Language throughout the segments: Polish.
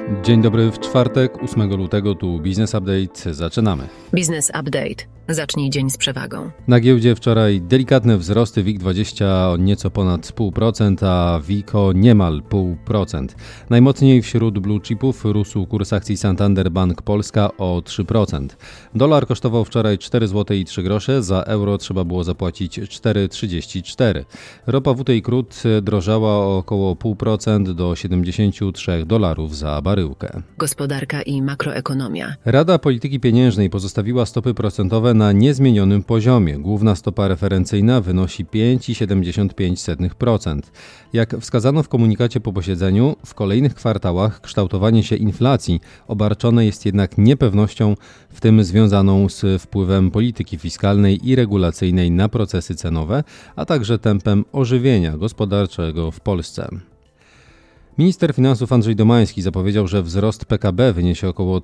Dzień dobry, w czwartek, 8 lutego, tu Business Update. Zaczynamy. Business Update. Zacznij dzień z przewagą. Na giełdzie wczoraj delikatne wzrosty, WIG20 o nieco ponad 0,5%, a WIG o niemal 0,5%. Najmocniej wśród blue chipów rósł kurs akcji Santander Bank Polska o 3%. Dolar kosztował wczoraj 4,03 zł, za euro trzeba było zapłacić 4,34. Ropa WTI Crude drożała o około 0,5% do $73 za baryłkę. Gospodarka i makroekonomia. Rada Polityki Pieniężnej pozostawiła stopy procentowe na niezmienionym poziomie. Główna stopa referencyjna wynosi 5,75%. Jak wskazano w komunikacie po posiedzeniu, w kolejnych kwartałach kształtowanie się inflacji obarczone jest jednak niepewnością, w tym związaną z wpływem polityki fiskalnej i regulacyjnej na procesy cenowe, a także tempem ożywienia gospodarczego w Polsce. Minister finansów Andrzej Domański zapowiedział, że wzrost PKB wyniesie około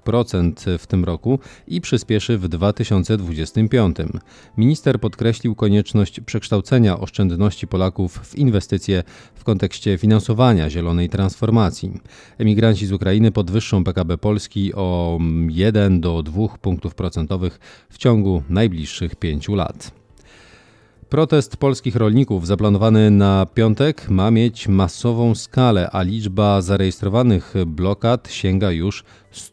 3% w tym roku i przyspieszy w 2025. Minister podkreślił konieczność przekształcenia oszczędności Polaków w inwestycje w kontekście finansowania zielonej transformacji. Emigranci z Ukrainy podwyższą PKB Polski o 1 do 2 punktów procentowych w ciągu najbliższych 5 lat. Protest polskich rolników zaplanowany na piątek ma mieć masową skalę, a liczba zarejestrowanych blokad sięga już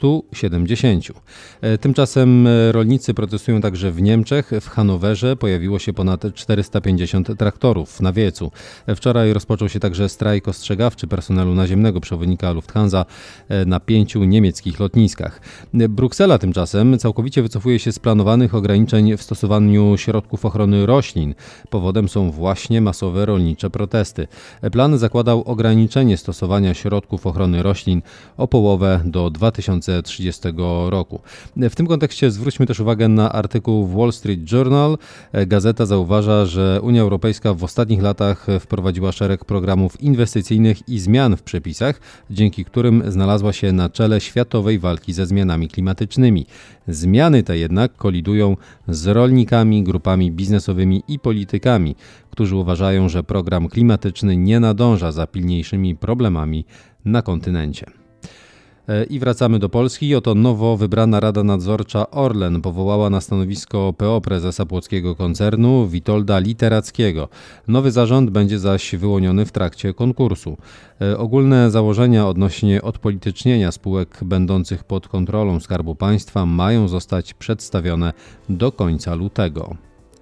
170. Tymczasem rolnicy protestują także w Niemczech. W Hanowerze pojawiło się ponad 450 traktorów na wiecu. Wczoraj rozpoczął się także strajk ostrzegawczy personelu naziemnego przewodnika Lufthansa na 5 niemieckich lotniskach. Bruksela tymczasem całkowicie wycofuje się z planowanych ograniczeń w stosowaniu środków ochrony roślin. Powodem są właśnie masowe rolnicze protesty. Plan zakładał ograniczenie stosowania środków ochrony roślin o połowę do 2030 roku. W tym kontekście zwróćmy też uwagę na artykuł w Wall Street Journal. Gazeta zauważa, że Unia Europejska w ostatnich latach wprowadziła szereg programów inwestycyjnych i zmian w przepisach, dzięki którym znalazła się na czele światowej walki ze zmianami klimatycznymi. Zmiany te jednak kolidują z rolnikami, grupami biznesowymi i politykami, którzy uważają, że program klimatyczny nie nadąża za pilniejszymi problemami na kontynencie. I wracamy do Polski. Oto nowo wybrana Rada Nadzorcza Orlen powołała na stanowisko PO prezesa płockiego koncernu Witolda Literackiego. Nowy zarząd będzie zaś wyłoniony w trakcie konkursu. Ogólne założenia odnośnie odpolitycznienia spółek będących pod kontrolą Skarbu Państwa mają zostać przedstawione do końca lutego.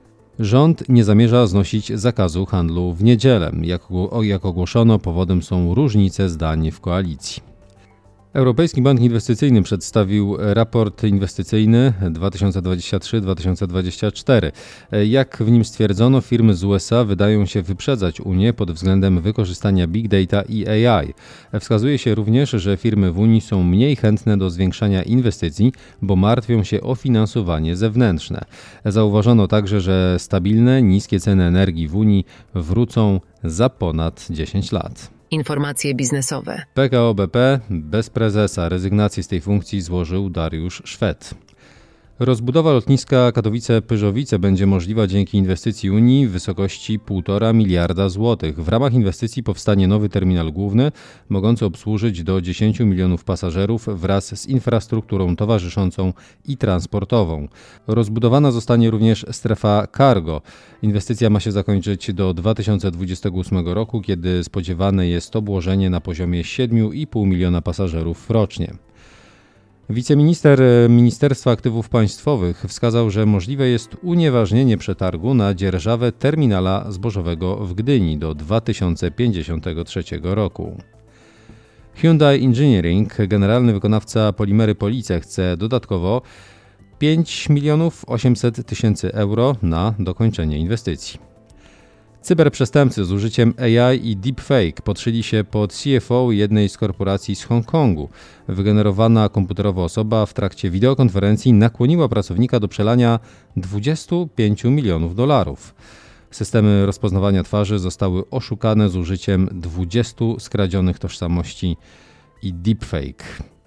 Rząd nie zamierza znosić zakazu handlu w niedzielę. Jak ogłoszono, powodem są różnice zdań w koalicji. Europejski Bank Inwestycyjny przedstawił raport inwestycyjny 2023-2024. Jak w nim stwierdzono, firmy z USA wydają się wyprzedzać Unię pod względem wykorzystania big data i AI. Wskazuje się również, że firmy w Unii są mniej chętne do zwiększania inwestycji, bo martwią się o finansowanie zewnętrzne. Zauważono także, że stabilne, niskie ceny energii w Unii wrócą za ponad 10 lat. Informacje biznesowe. PKO BP bez prezesa. Rezygnację z tej funkcji złożył Dariusz Szwed. Rozbudowa lotniska Katowice-Pyrzowice będzie możliwa dzięki inwestycji Unii w wysokości 1,5 miliarda złotych. W ramach inwestycji powstanie nowy terminal główny, mogący obsłużyć do 10 milionów pasażerów wraz z infrastrukturą towarzyszącą i transportową. Rozbudowana zostanie również strefa cargo. Inwestycja ma się zakończyć do 2028 roku, kiedy spodziewane jest obłożenie na poziomie 7,5 miliona pasażerów rocznie. Wiceminister Ministerstwa Aktywów Państwowych wskazał, że możliwe jest unieważnienie przetargu na dzierżawę terminala zbożowego w Gdyni do 2053 roku. Hyundai Engineering, generalny wykonawca Polimery Police, chce dodatkowo 5 800 000 euro na dokończenie inwestycji. Cyberprzestępcy z użyciem AI i deepfake podszyli się pod CFO jednej z korporacji z Hongkongu. Wygenerowana komputerowo osoba w trakcie wideokonferencji nakłoniła pracownika do przelania $25 milionów. Systemy rozpoznawania twarzy zostały oszukane z użyciem 20 skradzionych tożsamości i deepfake.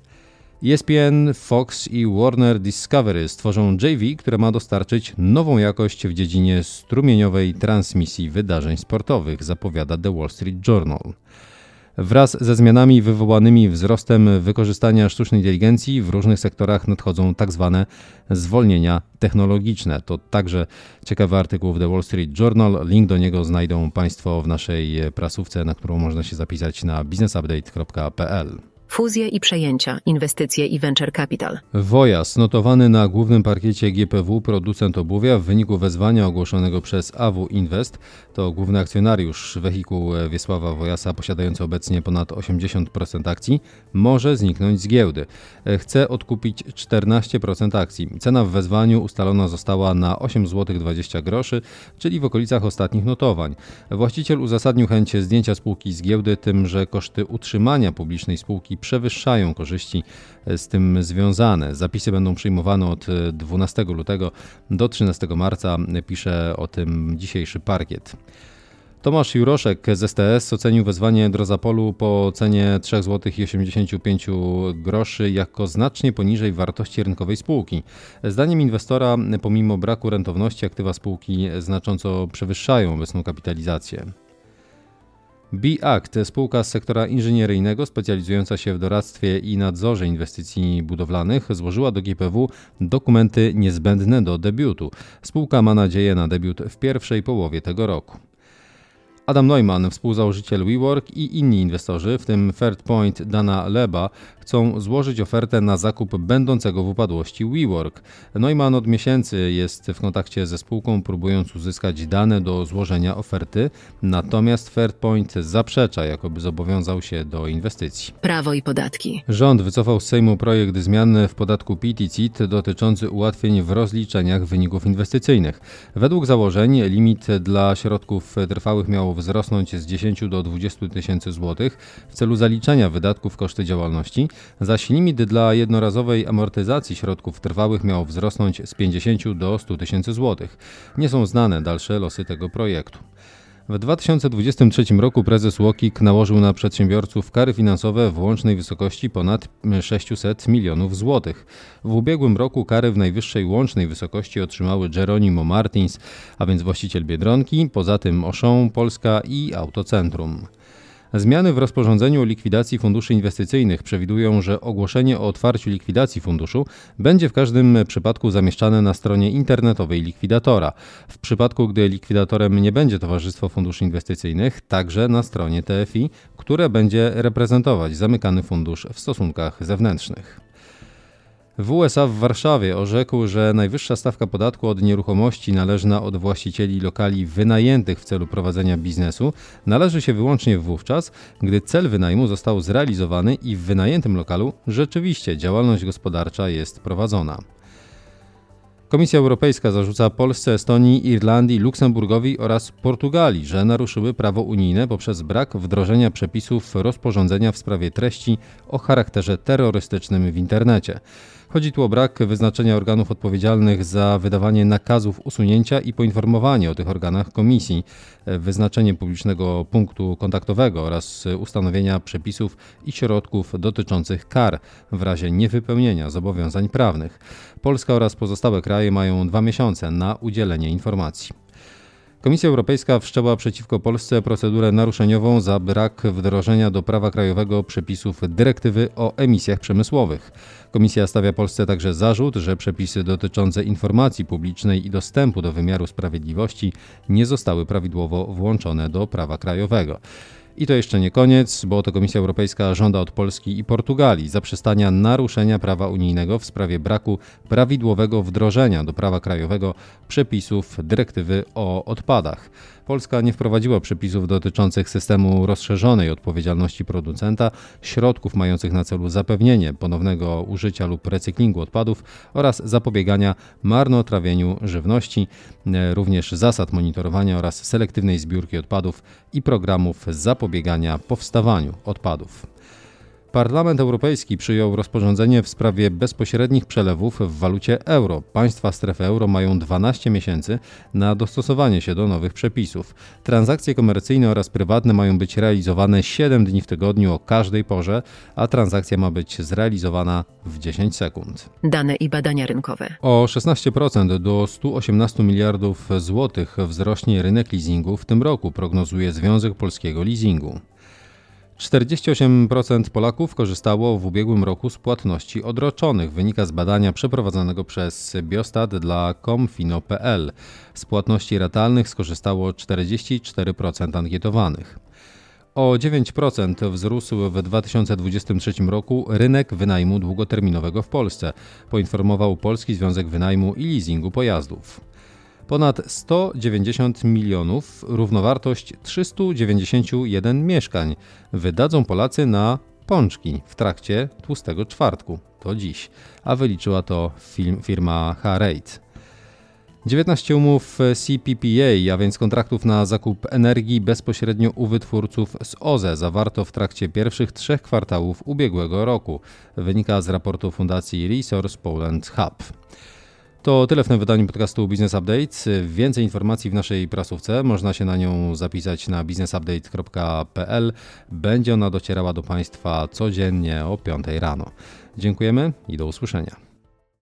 ESPN, Fox i Warner Discovery stworzą JV, które ma dostarczyć nową jakość w dziedzinie strumieniowej transmisji wydarzeń sportowych, zapowiada The Wall Street Journal. Wraz ze zmianami wywołanymi wzrostem wykorzystania sztucznej inteligencji w różnych sektorach nadchodzą tak zwane zwolnienia technologiczne. To także ciekawy artykuł w The Wall Street Journal. Link do niego znajdą Państwo w naszej prasówce, na którą można się zapisać na biznesupdate.pl. Fuzje i przejęcia, inwestycje i venture capital. Wojas, notowany na głównym parkiecie GPW producent obuwia w wyniku wezwania ogłoszonego przez AW Invest, to główny akcjonariusz wehikułu Wiesława Wojasa posiadający obecnie ponad 80% akcji, może zniknąć z giełdy. Chce odkupić 14% akcji. Cena w wezwaniu ustalona została na 8,20 zł, czyli w okolicach ostatnich notowań. Właściciel uzasadnił chęć zdjęcia spółki z giełdy tym, że koszty utrzymania publicznej spółki przewyższają korzyści z tym związane. Zapisy będą przyjmowane od 12 lutego do 13 marca, pisze o tym dzisiejszy parkiet. Tomasz Juroszek z STS ocenił wezwanie Drozapolu po cenie 3,85 zł jako znacznie poniżej wartości rynkowej spółki. Zdaniem inwestora, pomimo braku rentowności, aktywa spółki znacząco przewyższają obecną kapitalizację. B-Act, spółka z sektora inżynieryjnego specjalizująca się w doradztwie i nadzorze inwestycji budowlanych, złożyła do GPW dokumenty niezbędne do debiutu. Spółka ma nadzieję na debiut w pierwszej połowie tego roku. Adam Neumann, współzałożyciel WeWork i inni inwestorzy, w tym Third Point Dana Leba, chcą złożyć ofertę na zakup będącego w upadłości WeWork. Neumann od miesięcy jest w kontakcie ze spółką, próbując uzyskać dane do złożenia oferty, natomiast Third Point zaprzecza, jakoby zobowiązał się do inwestycji. Prawo i podatki. Rząd wycofał z Sejmu projekt zmian w podatku PIT i CIT dotyczący ułatwień w rozliczeniach wyników inwestycyjnych. Według założeń limit dla środków trwałych miał wzrosnąć z 10 do 20 tysięcy złotych w celu zaliczenia wydatków koszty działalności, zaś limit dla jednorazowej amortyzacji środków trwałych miał wzrosnąć z 50 do 100 tysięcy złotych. Nie są znane dalsze losy tego projektu. W 2023 roku prezes UOKiK nałożył na przedsiębiorców kary finansowe w łącznej wysokości ponad 600 milionów złotych. W ubiegłym roku kary w najwyższej łącznej wysokości otrzymały Geronimo Martins, a więc właściciel Biedronki, poza tym Auchan Polska i Autocentrum. Zmiany w rozporządzeniu o likwidacji funduszy inwestycyjnych przewidują, że ogłoszenie o otwarciu likwidacji funduszu będzie w każdym przypadku zamieszczane na stronie internetowej likwidatora. W przypadku, gdy likwidatorem nie będzie Towarzystwo Funduszy Inwestycyjnych, także na stronie TFI, które będzie reprezentować zamykany fundusz w stosunkach zewnętrznych. W USA w Warszawie orzekł, że najwyższa stawka podatku od nieruchomości należna od właścicieli lokali wynajętych w celu prowadzenia biznesu należy się wyłącznie wówczas, gdy cel wynajmu został zrealizowany i w wynajętym lokalu rzeczywiście działalność gospodarcza jest prowadzona. Komisja Europejska zarzuca Polsce, Estonii, Irlandii, Luksemburgowi oraz Portugalii, że naruszyły prawo unijne poprzez brak wdrożenia przepisów rozporządzenia w sprawie treści o charakterze terrorystycznym w internecie. Chodzi tu o brak wyznaczenia organów odpowiedzialnych za wydawanie nakazów usunięcia i poinformowanie o tych organach Komisji, wyznaczenie publicznego punktu kontaktowego oraz ustanowienia przepisów i środków dotyczących kar w razie niewypełnienia zobowiązań prawnych. Polska oraz pozostałe kraje mają 2 miesiące na udzielenie informacji. Komisja Europejska wszczęła przeciwko Polsce procedurę naruszeniową za brak wdrożenia do prawa krajowego przepisów dyrektywy o emisjach przemysłowych. Komisja stawia Polsce także zarzut, że przepisy dotyczące informacji publicznej i dostępu do wymiaru sprawiedliwości nie zostały prawidłowo włączone do prawa krajowego. I to jeszcze nie koniec, bo to Komisja Europejska żąda od Polski i Portugalii zaprzestania naruszenia prawa unijnego w sprawie braku prawidłowego wdrożenia do prawa krajowego przepisów dyrektywy o odpadach. Polska nie wprowadziła przepisów dotyczących systemu rozszerzonej odpowiedzialności producenta, środków mających na celu zapewnienie ponownego użycia lub recyklingu odpadów oraz zapobiegania marnotrawieniu żywności, również zasad monitorowania oraz selektywnej zbiórki odpadów i programów zapobiegania powstawaniu odpadów. Parlament Europejski przyjął rozporządzenie w sprawie bezpośrednich przelewów w walucie euro. Państwa strefy euro mają 12 miesięcy na dostosowanie się do nowych przepisów. Transakcje komercyjne oraz prywatne mają być realizowane 7 dni w tygodniu o każdej porze, a transakcja ma być zrealizowana w 10 sekund. Dane i badania rynkowe. O 16% do 118 miliardów złotych wzrośnie rynek leasingu w tym roku, prognozuje Związek Polskiego Leasingu. 48% Polaków korzystało w ubiegłym roku z płatności odroczonych, wynika z badania przeprowadzonego przez Biostat dla Komfino.pl. Z płatności ratalnych skorzystało 44% ankietowanych. O 9% wzrósł w 2023 roku rynek wynajmu długoterminowego w Polsce, poinformował Polski Związek Wynajmu i Leasingu Pojazdów. Ponad 190 milionów, równowartość 391 mieszkań, wydadzą Polacy na pączki w trakcie Tłustego Czwartku. To dziś, a wyliczyła to firma H-Rate. 19 umów CPPA, a więc kontraktów na zakup energii bezpośrednio u wytwórców z OZE, zawarto w trakcie pierwszych 3 kwartałów ubiegłego roku, wynika z raportu Fundacji Resource Poland Hub. To tyle w tym wydaniu podcastu Business Update. Więcej informacji w naszej prasówce. Można się na nią zapisać na businessupdate.pl. Będzie ona docierała do Państwa codziennie o 5 rano. Dziękujemy i do usłyszenia.